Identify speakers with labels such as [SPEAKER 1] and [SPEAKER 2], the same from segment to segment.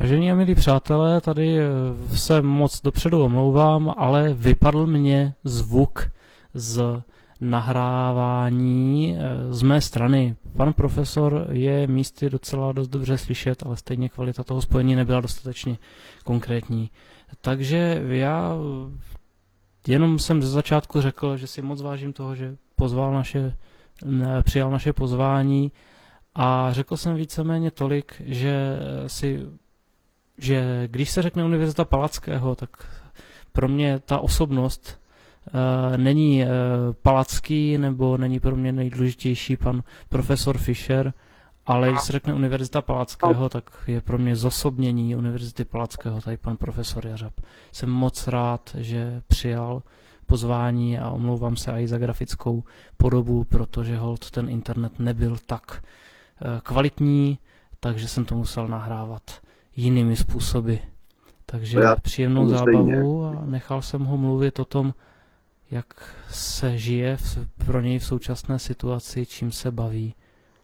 [SPEAKER 1] Vážení a milí přátelé, tady se moc dopředu omlouvám, ale vypadl mě zvuk z nahrávání z mé strany. Pan profesor je místy docela dost dobře slyšet, ale stejně kvalita toho spojení nebyla dostatečně konkrétní. Takže já jenom jsem ze začátku řekl, že si moc vážím toho, že přijal naše pozvání a řekl jsem víceméně tolik, že když se řekne Univerzita Palackého, tak pro mě ta osobnost není Palacký, nebo není pro mě nejdůležitější pan profesor Fischer, ale když se řekne Univerzita Palackého, tak je pro mě zosobnění Univerzity Palackého tady pan profesor Jařab. Jsem moc rád, že přijal pozvání a omlouvám se i za grafickou podobu, protože holt ten internet nebyl tak kvalitní, takže jsem to musel nahrávat jinými způsoby. Takže příjemnou zábavu a nechal jsem ho mluvit o tom, jak se žije pro něj v současné situaci, čím se baví.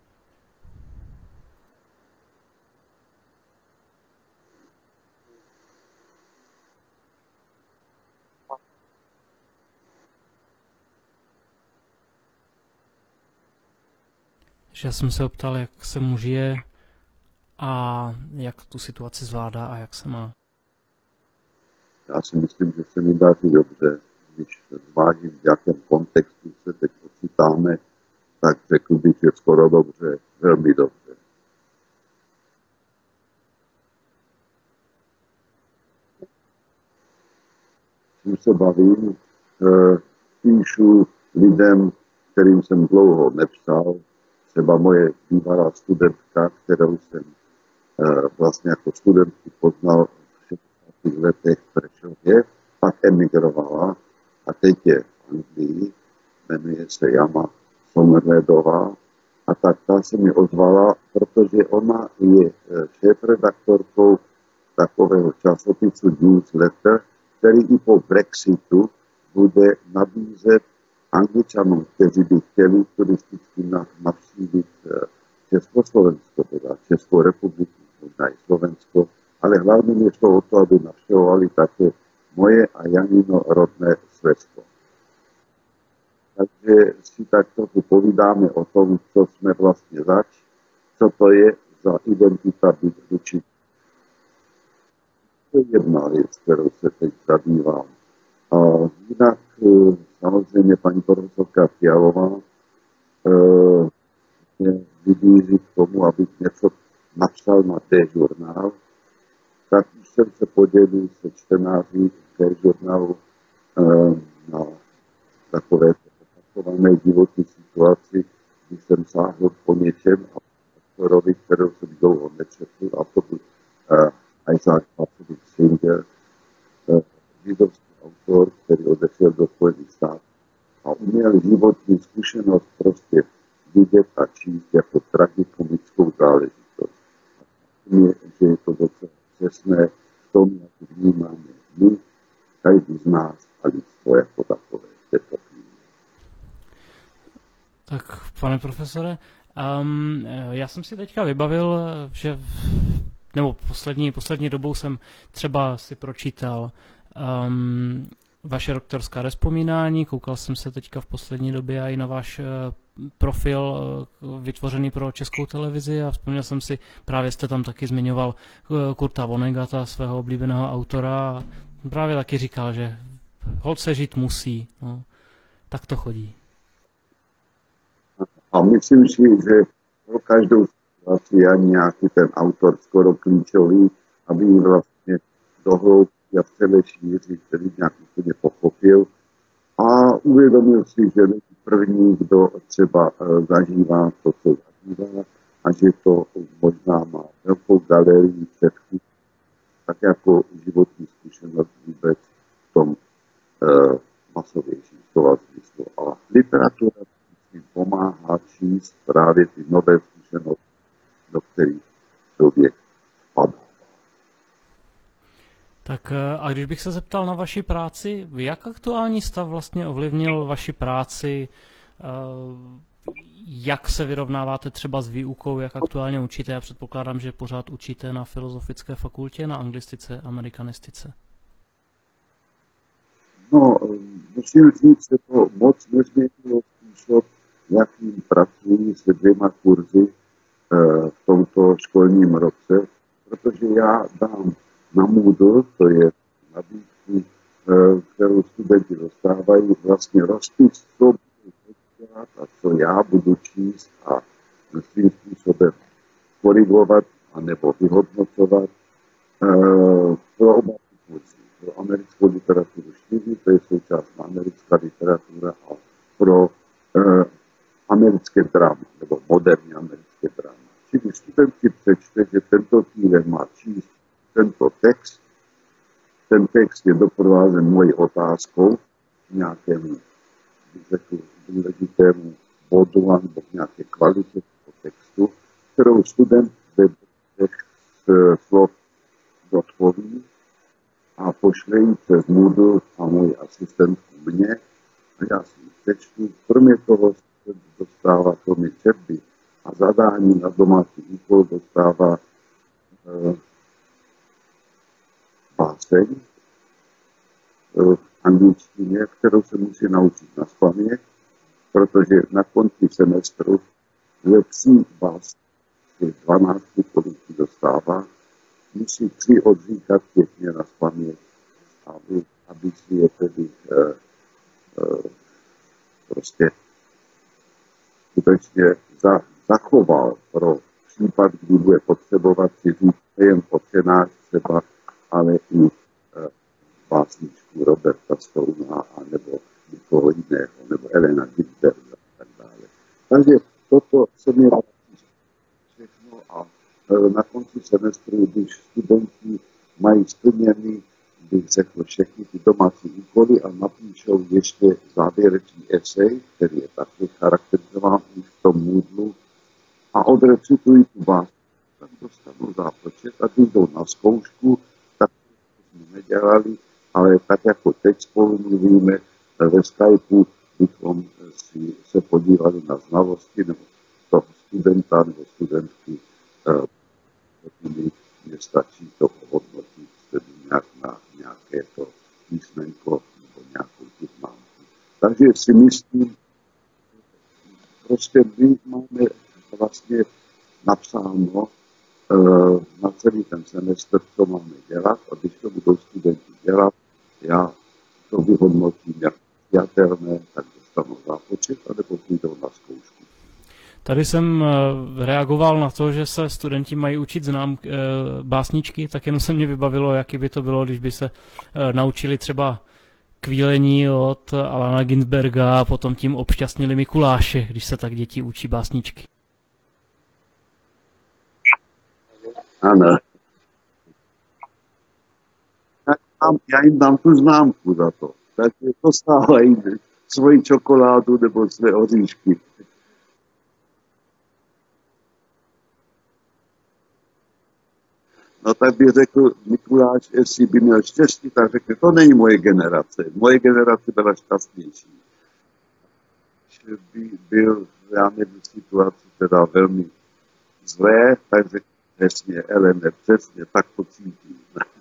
[SPEAKER 1] Že já jsem se optal, jak se mu žije a jak tu situaci zvládá a jak se má.
[SPEAKER 2] Já si myslím, že se mi daří dobře. Když zvážím, v jakém kontextu se teď ocitáme, tak řekl bych, že skoro dobře, velmi dobře. Čím se bavím, píšu lidem, kterým jsem dlouho nepsal, třeba moje bývalá studentka, kterou jsem vlastně jako studentku poznal v 60. letech v Prešově, pak emigrovala a teď je v Anglii, jmenuje se Jana Sommerledová a tak ta se mi ozvala, protože ona je šéfredaktorkou takového časopisu Newsletter, který i po Brexitu bude nabízet Angličanům, kteří by chtěli turisticky navštívit Československo, teda Českou republiku, možná i Slovensko, ale hlavně je šlo o to, aby navštěvovali také moje a Janino rodné Slezsko. Takže si tak trochu povídáme o tom, co jsme vlastně zač, co to je za identita být učitel. To je jedna věc, kterou se teď zabývám. A jinak samozřejmě paní profesorka Fialová mě vybízí k tomu, abych něco napsal na T-žurnál, tak už jsem se podělil se čtenáři T-žurnálu na takové opakované životní situaci, kdy jsem sáhl po něčem a autorovi, kterou jsem dlouho nečetl, a to byl Isaac Patrick Singer, židovský autor, který odešel do Spojených států a uměl životní zkušenost prostě vidět a číst jako tragikomickou záležitost. A že je to docela přesné v tom, jak vnímáme my, každý z nás a lidstvo jako takové.
[SPEAKER 1] Tak, pane profesore, já jsem si teďka vybavil, že poslední dobou jsem třeba si pročítal vaše doktorská rozpomínání, koukal jsem se teďka v poslední době i na váš profil vytvořený pro Českou televizi a vzpomněl jsem si, právě jste tam taky zmiňoval Kurta Vonnegata, svého oblíbeného autora, a právě taky říkal, že holt se žít musí. No, tak to chodí.
[SPEAKER 2] A myslím si, že pro každou situaci je nějaký ten autor skoro klíčový, aby ji vlastně dohloubky a v celé šíři, který nějak úplně pochopil a uvědomil si, že není první, kdo třeba zažívá to, co zažívá, a že to možná má velkou galerii předchůdců, tak jako životní zkušenost vůbec v tom masovějším slova smyslu. A literatura pomáhá číst právě ty nové zkušenosti, do kterých člověk spadá.
[SPEAKER 1] Tak a když bych se zeptal na vaši práci, jak aktuální stav vlastně ovlivnil vaši práci? jak se vyrovnáváte třeba s výukou, jak aktuálně učíte? Já předpokládám, že pořád učíte na Filozofické fakultě, na anglistice, amerikanistice.
[SPEAKER 2] No, musím říct, že to moc nezměnilo způsob, jakým pracuji se 2 kurzy v tomto školním roce, protože já dám na Moodle, to je nabídku, kterou studenti dostávají, vlastně rozpis, co budu dělat a co já budu číst a svým způsobem korigovat anebo vyhodnocovat pro oba kurzy. Pro americkou literaturu 4, to je současná americká literatura, a pro americké drama, nebo moderní americké drama. Čili student si přečte, že tento týden má číst tento text. Ten text je doprovázen mojí otázkou k nějakému, bych řekl, důležitému bodu nebo k nějaké kvalitě toho textu, kterou student ve těch slov odpoví a pošle ji přes Moodle a můj asistentku mě a já si ji přečtu. Kromě toho student dostává kromě četby a zadání na domácí úkol dostává báseň v angličtině, kterou se musí naučit nazpaměť, protože na konci semestru ze 3 básní, 12, kolik dostává, musí 3 odříkat pěkně nazpaměť, aby si je tedy prostě skutečně zachoval pro případ, kdy bude potřebovat si říct nejen Otčenáš třeba, ale i básničku Roberta Stouna, nebo někoho jiného, nebo Elena Ginsberga a tak dále. Takže toto se mi všechno a na konci semestru, když studenti mají splněný, bych řekl, všechny ty domácí úkoly a napíšou ještě závěrečný esej, který je taky charakterizován v tom Moodlu, a odrecitují tu básničku, tam dostanou zápočet a když jdou na zkoušku, tak jsme nedělali, ale tak jako teď spolu mluvíme ve Skypeu, bychom si se podívali na znalosti nebo toho studenta nebo studentky, mně stačí to ohodnotit tedy nějak na nějaké to písmenko nebo nějakou tu známku. Takže si myslím, prostě my máme vlastně napsáno na celý ten semestr, co máme dělat, a když to budou studenti dělat, já to vyhodnotím jako přijatelné, tak dostanou zápočet, anebo půjdou na zkoušku.
[SPEAKER 1] Tady jsem reagoval na to, že se studenti mají učit básničky, tak jenom se mě vybavilo, jaký by to bylo, když by se naučili třeba Kvílení od Alana Ginsberga a potom tím obšťastnili Mikuláše, když se tak děti učí básničky.
[SPEAKER 2] Ano. Já jim dám tu známku za to. Takže dostávají svoji čokoládu nebo své oříšky. No tak by řekl Mikuláš, jestli by měl štěstí, tak řekne, to není moje generace. Moje generace byla šťastnější. Když by byl, já nevím, situaci teda velmi zlé, tak řekne, přesně, Elene, přesně, tak to cítím.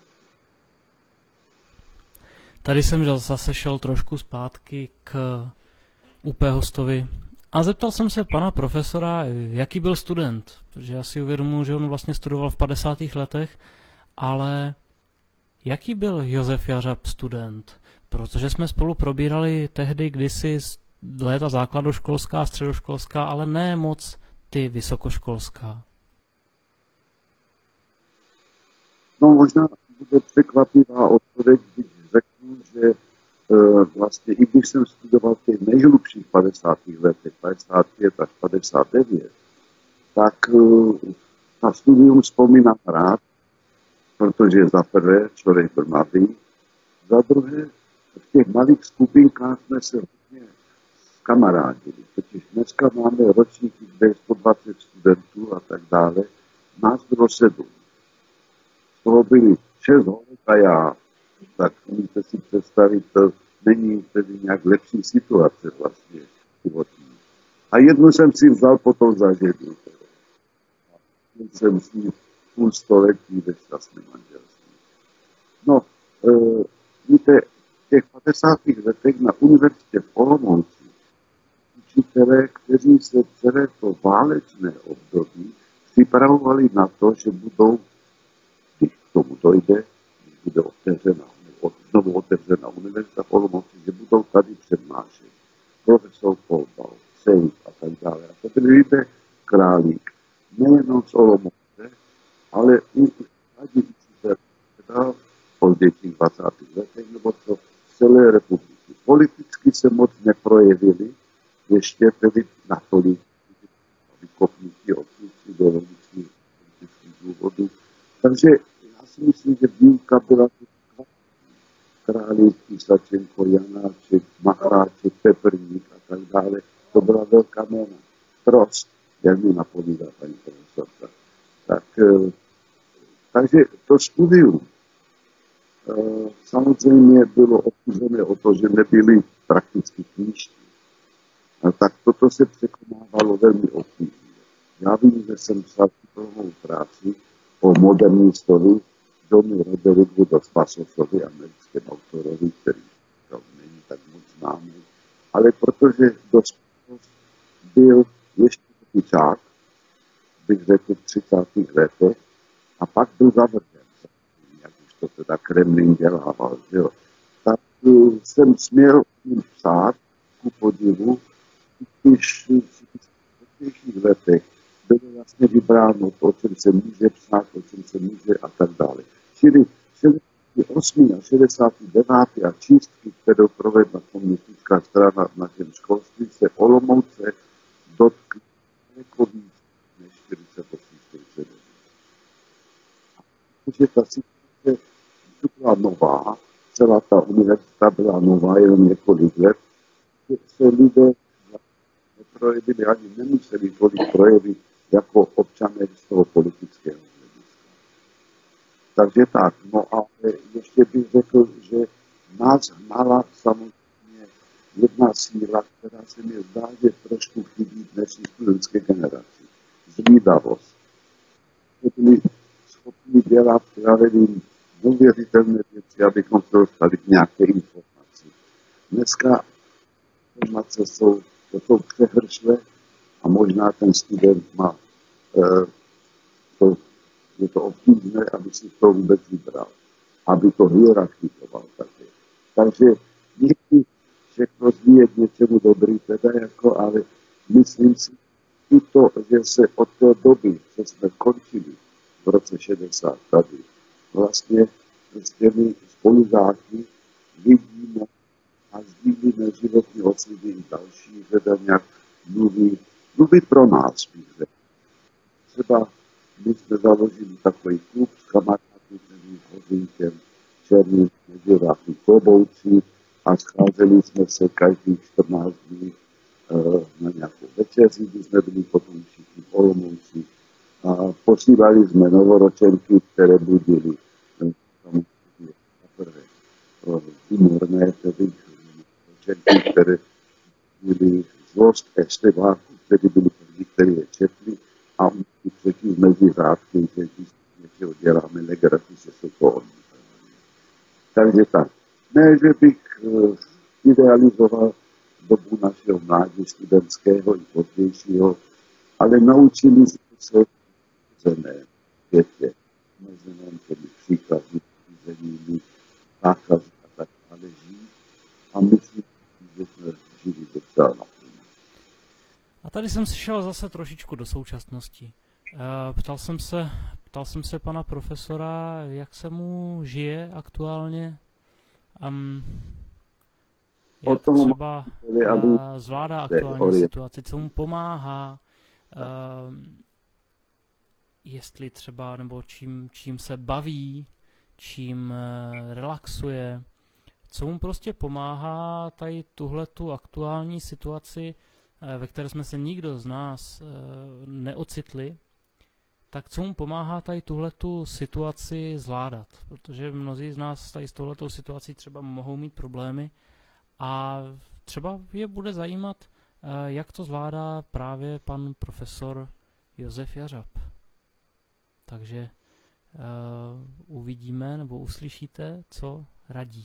[SPEAKER 1] Tady jsem zase šel trošku zpátky k UP Hostovi a zeptal jsem se pana profesora, jaký byl student, protože já si uvědomuji, že on vlastně studoval v 50. letech, ale jaký byl Josef Jařab student? Protože jsme spolu probírali tehdy kdysi léta základoškolská, středoškolská, ale ne moc ty vysokoškolská.
[SPEAKER 2] No možná bude překvapivá odpověď, když řeknu, že vlastně i když jsem studoval v těch nejhlubších 50. letech, 55 až 59, tak na studium vzpomínám rád, protože za prvé člověk byl mladý, za druhé v těch malých skupinkách jsme se hodně kamarádili, protože dneska máme ročníky, kde je 120 studentů a tak dále, nás bylo 7. Z toho byli 6 holek a já. Tak můžete si představit, to není tedy nějak lepší situace vlastně životní. A jednu jsem si vzal potom za ženu. Jsem s ní půl století ve šťastném manželství. No, víte, v těch 50. letech na univerzitě v Olomouci učitelé, kteří se celé to válečné období připravovali na to, že budou, když k tomu dojde, když bude znovu otevřena univerzita v Olomouci, že budou tady přednášet profesor Polbal, Sejf a tak dále. A to byli lidé Králík, nejenom z Olomouce, ale i mladí učitelé v pozdějších 20. letech, nebo co z celé republiky. Politicky se moc neprojevili, ještě tedy natolik vykopnutí odpůjci do logických politických důvodů. Takže já si myslím, že výuka byla Králík, Písačenko, Janáček, Macháček, Peprník a tak dále. To byla velká jména. Trost, jak mi napovídá paní profesorka. Takže to studium samozřejmě bylo obtížené o to, že nebyly prakticky knížky. Tak toto se překonávalo velmi obtížně. Já vím, že jsem psal diplomovou práci o moderní historii Johnu Roderigu dos Passosovi, americkém autorovi, který není tak moc známý, ale protože dos Passos byl ještě kuťák, bych řekl v 30. letech, a pak byl zavržen, jak už to teda Kremlin dělával, že jo. Tak jsem směl jim psát, ku podivu, když v pozdějších letech bylo vlastně vybráno to, o čem se může psát, o čem se může a tak dále. Čili 68. a 69. a čistky, kterou provedla komunistická strana v našem školství, se Olomouce dotkly daleko víc než 48-49. Protože ta situace byla nová, celá ta univerzita byla nová, jenom několik let, že se lidé neprojevili, ani nemuseli tolik projevit jako občané z toho politického hlediska. Takže tak, no a ještě bych řekl, že nás hnala samozřejmě jedna síla, která se mi zdá, že trošku chybí dnešní studentské generaci. Zvídavost. Byli schopni dělat, já nevím, neuvěřitelné věci, abychom se dostali k nějaké informaci. Dneska informace jsou přehršle a možná ten student má, je to obtížné, aby si to vůbec vybral, aby to hierarchizoval také. Takže někdy všechno zní je k něčemu dobrý, teda jako, ale myslím si, i to, že se od té doby, co jsme končili v roce 60 tady, vlastně s těmi spolužáky vidíme a sdílíme životní osudy i další, že nějak mluví pro nás, bych řekl. Třeba my jsme založili takový klub s kamarády, který Hořínkem, Černým, Meziráky, Klobouci a scházeli jsme se každých 14 dní na nějakou večeři, kdy jsme byli potom všichni v Olomouci a posílali jsme novoročenky, které budili humorné, tedy novoročenky, které byly zlost Esteváků, které byli první, které je četli a třetí mezi řádky, že když něčeho děláme legraci, že jsou to oni. Takže tak. Ne, že bych idealizoval dobu našeho mládí studentského i pozdějšího, ale naučili jsme se omezené větě, omezeném těmi příkladní řízeními, zákazy a tak dále žít a myslím, že jsme žili docela naplno.
[SPEAKER 1] A tady jsem si šel zase trošičku do současnosti. Ptal jsem se pana profesora, jak se mu žije aktuálně, jak třeba zvládá aktuální situaci, co mu pomáhá, jestli třeba, nebo čím se baví, čím relaxuje, co mu prostě pomáhá tady tuhletu aktuální situaci, ve které jsme se nikdo z nás neocitli, tak co mu pomáhá tady tuhletu situaci zvládat, protože mnozí z nás tady s touhletou situací třeba mohou mít problémy a třeba je bude zajímat, jak to zvládá právě pan profesor Josef Jařab. Takže uvidíme nebo uslyšíte, co radí.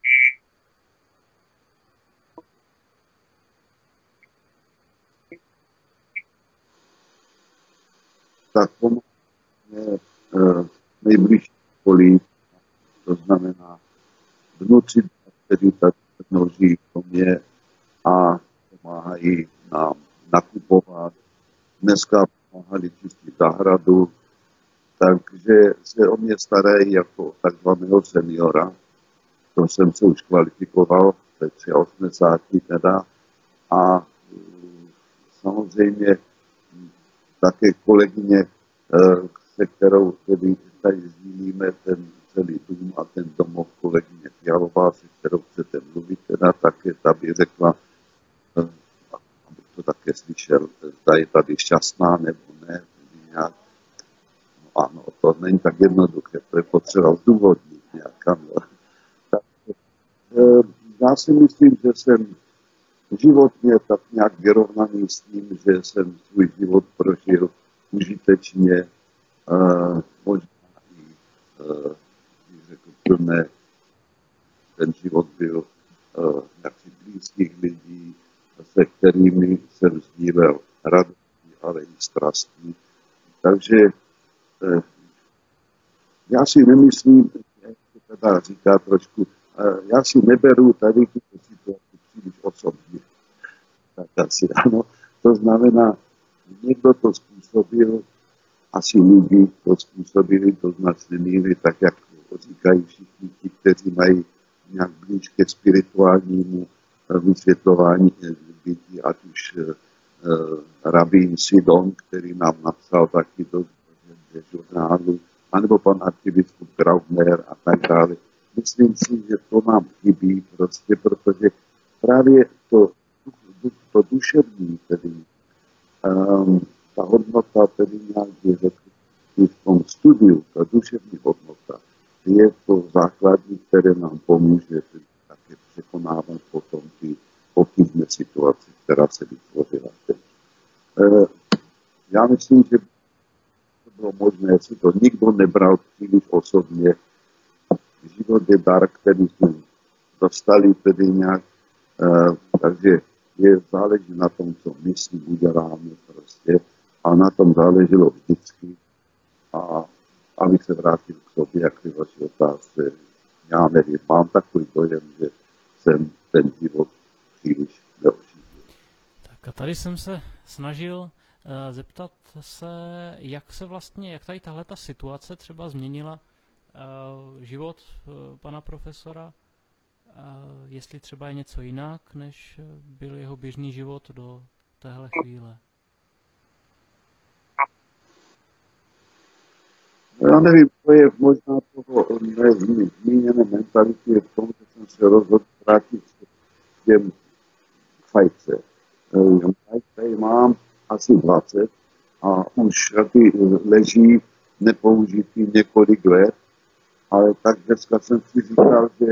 [SPEAKER 2] Tak pomáhá nejbližší okolí, to znamená vnuci, kteří tady množí v mě a pomáhají nám nakupovat. Dneska pomáhali čistit zahradu, takže se o mě starají jako takzvaného seniora. To jsem se už kvalifikoval ve 83 teda. A samozřejmě také kolegyně, se kterou tedy tady sdílíme ten celý dům a ten domov, kolegyně Fialová, se kterou chcete mluvit, teda také ta by řekla, abych to také slyšel, zda je tady šťastná nebo ne, nějak. No ano, to není tak jednoduché, to je potřeba zdůvodnit nějak. Tak, já si myslím, že jsem životně tak nějak vyrovnaný s tím, že jsem svůj život prožil užitečně, možná i, řekl, ten život byl jaksi blízkých lidí, se kterými jsem sdílel radosti, ale i strasti. Takže já si nemyslím, jak to teda říká trošku, já si neberu tady tuto situaci příliš osobně. Tak asi ano. To znamená, někdo to způsobil, asi lidi to způsobili do značné míry, tak jak říkají všichni ti, kteří mají nějak blíž ke spirituálnímu vysvětlování bytí, ať už rabín Sidon, který nám napsal taky do žurnálu, anebo pan arcibiskup Graubner a tak dále. Myslím si, že to nám chybí prostě, protože právě to duševní, tedy ta hodnota, tedy nějak je řekl, i v tom studiu, ta duševní hodnota, je to základní, které nám pomůže také překonávat potom ty obtížné situace, která se vytvořila teď. Já myslím, že to bylo možné, jestli to nikdo nebral příliš osobně. Život je dar, který jsme dostali tedy nějak, takže záleží na tom, co my si uděláme prostě, a na tom záleželo vždycky. A abych se vrátil k sobě, jak ty vaši otázce, já nevím, mám takový dojem, že jsem ten život příliš neoživil.
[SPEAKER 1] Tak a tady jsem se snažil zeptat se, jak tady tahleta situace třeba změnila život pana profesora, jestli třeba je něco jinak, než byl jeho běžný život do téhle chvíle.
[SPEAKER 2] Já nevím, to je možná toho zmíněné mentality je v tom, že jsem se rozhodl vrátit se k těm fajce. Fajce mám asi 20 a už ty leží nepoužitý několik let, ale tak dneska jsem si říkal, že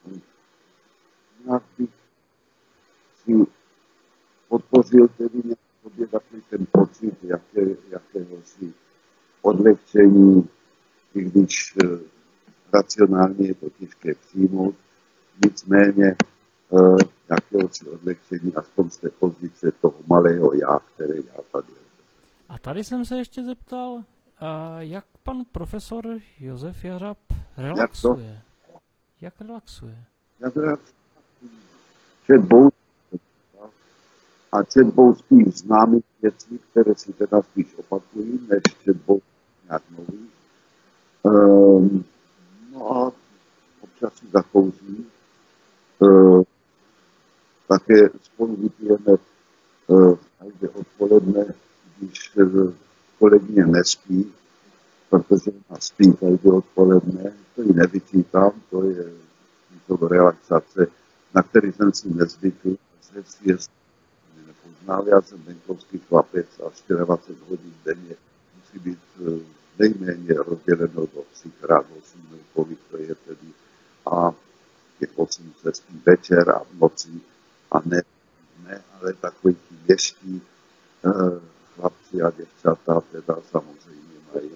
[SPEAKER 2] nějak bych si podpořil tedy nějaký takový ten pocit, jakéhosi odlehčení, i když racionálně je to těžké přijmout, nicméně jakéhosi odlehčení aspoň z té pozice toho malého já, které já tady.
[SPEAKER 1] A tady jsem se ještě zeptal, jak pan profesor Josef Jařab relaxuje. Jak relaxuje?
[SPEAKER 2] Četbou a četbou spíš známých věcí, které si teda spíš opakují, než četbou nějak nových. No a občas si zakouří. Také spolu vypijeme každé odpoledne, když kolegyně nespí, protože ona spí každé odpoledne. To ji nevyčítám, to je relaxace, na který jsem si nezvykl. Zřejmě nepoznal, já jsem venkovský chlapec a 24 hodin denně musí být nejméně rozděleno do 3 krát 8, kolik to je tedy. A těch 8 se spí večer a v noci a ne ne, ale takový ti městští chlapci a děvčata teda samozřejmě mají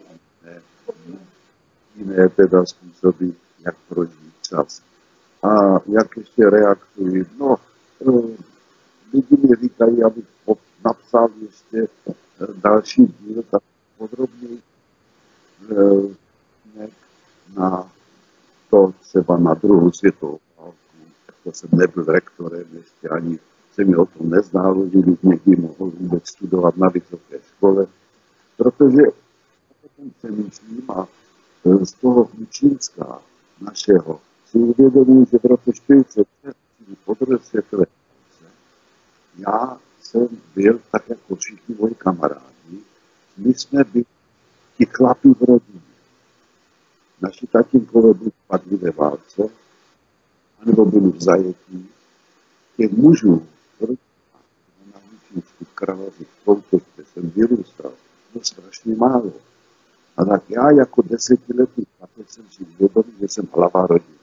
[SPEAKER 2] jiné teda způsoby, jak prožít čas. A jak ještě reagují? No, lidi mi říkají, abych napsal ještě další díl, tak podrobněji na to třeba na druhou světovou válku. To jsem nebyl rektorem ještě ani se mi o tom nezdálo, že bych někdy mohl vůbec studovat na vysoké škole, protože potom přemýšlím a z toho Hlučínska našeho si uvědomuji, že v roce 1946 po druhé světové válce já jsem byl tak jako všichni moji kamarádi, my jsme byli ti chlapi v rodině. Naši tatínkové buď padli ve válce, anebo byli v zajetí. Těch mužů na Hlučínsku, v Kravaři, v Koutech, kde jsem vyrůstal, bylo strašně málo. A tak já jako 10letý chlapec jsem si uvědomil, že jsem hlava rodiny.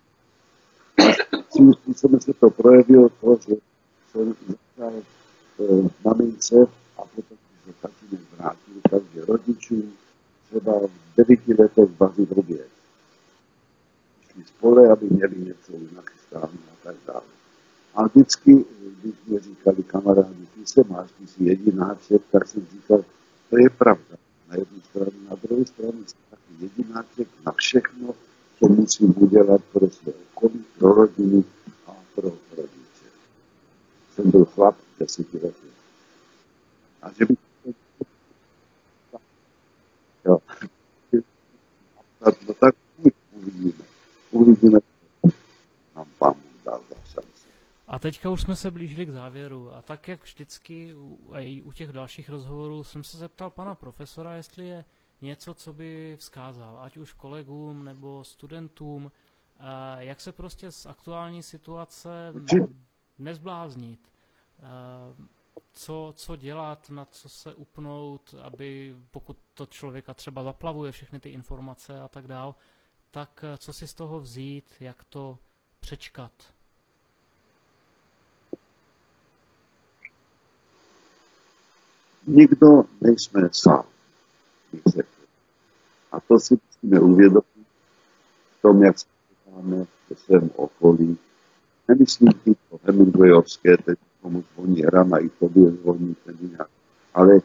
[SPEAKER 2] Svým způsobem se to projevilo to, že jsem začal mamince a potom se tatínek vrátil, takže rodičů třeba v 9 letech vařit oběd. Šli z pole, aby měli něco nachystáno a tak dále. A vždycky, když mě říkali kamarádi, ty se máš, ty jsi jedináček, tak jsem říkal, to je pravda. Na jednu stranu, na druhou stranu jsem taky jedináček na všechno, co musím udělat pro své okolí, pro rodinu a pro rodiče. Jsem byl chlap 10 letů. A že bych jo, no tak uvidíme, nám Pán Bůh dal za šanci.
[SPEAKER 1] A teďka už jsme se blížili k závěru a tak jak vždycky i u těch dalších rozhovorů jsem se zeptal pana profesora, jestli je něco, co by vzkázal, ať už kolegům nebo studentům, jak se prostě z aktuální situace nezbláznit, co dělat, na co se upnout, aby pokud to člověka třeba zaplavuje všechny ty informace a tak dál, tak co si z toho vzít, jak to přečkat.
[SPEAKER 2] Nikdo nejsme sám, bych řekl. A to si musíme uvědomit v tom, jak se chováme ve svém okolí. Nemyslím tím to Hemingwayovské, teď komu zvoní rana, i tobě zvoní ten jinak. Ale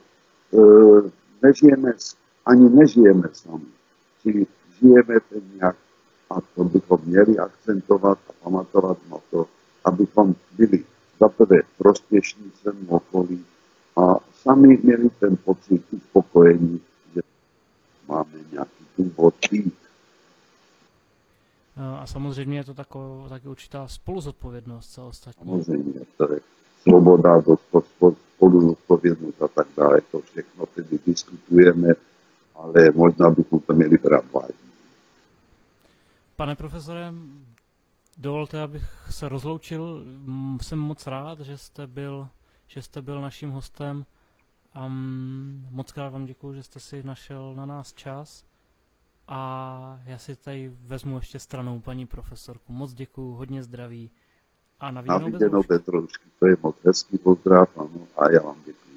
[SPEAKER 2] nežijeme sami. Čili žijeme ten nějak a to bychom měli akcentovat a pamatovat na to, abychom byli zaprvé prospěšní svému okolí a sami měli ten pocit uspokojení, že máme nějaký důvod být.
[SPEAKER 1] A samozřejmě je to taky určitá spoluzodpovědnost za ostatní.
[SPEAKER 2] Samozřejmě, to je svoboda, spoluzodpovědnost a tak dále. To všechno tedy diskutujeme, ale možná bychom to měli brát vážně.
[SPEAKER 1] Pane profesore, dovolte, abych se rozloučil. Jsem moc rád, že jste byl naším hostem. Moc krát vám děkuji, že jste si našel na nás čas. A já si tady vezmu ještě stranou paní profesorku. Moc děkuji, hodně zdraví. A na viděnou bez roušky.
[SPEAKER 2] To je moc hezký pozdrav, ano, a já vám děkuji.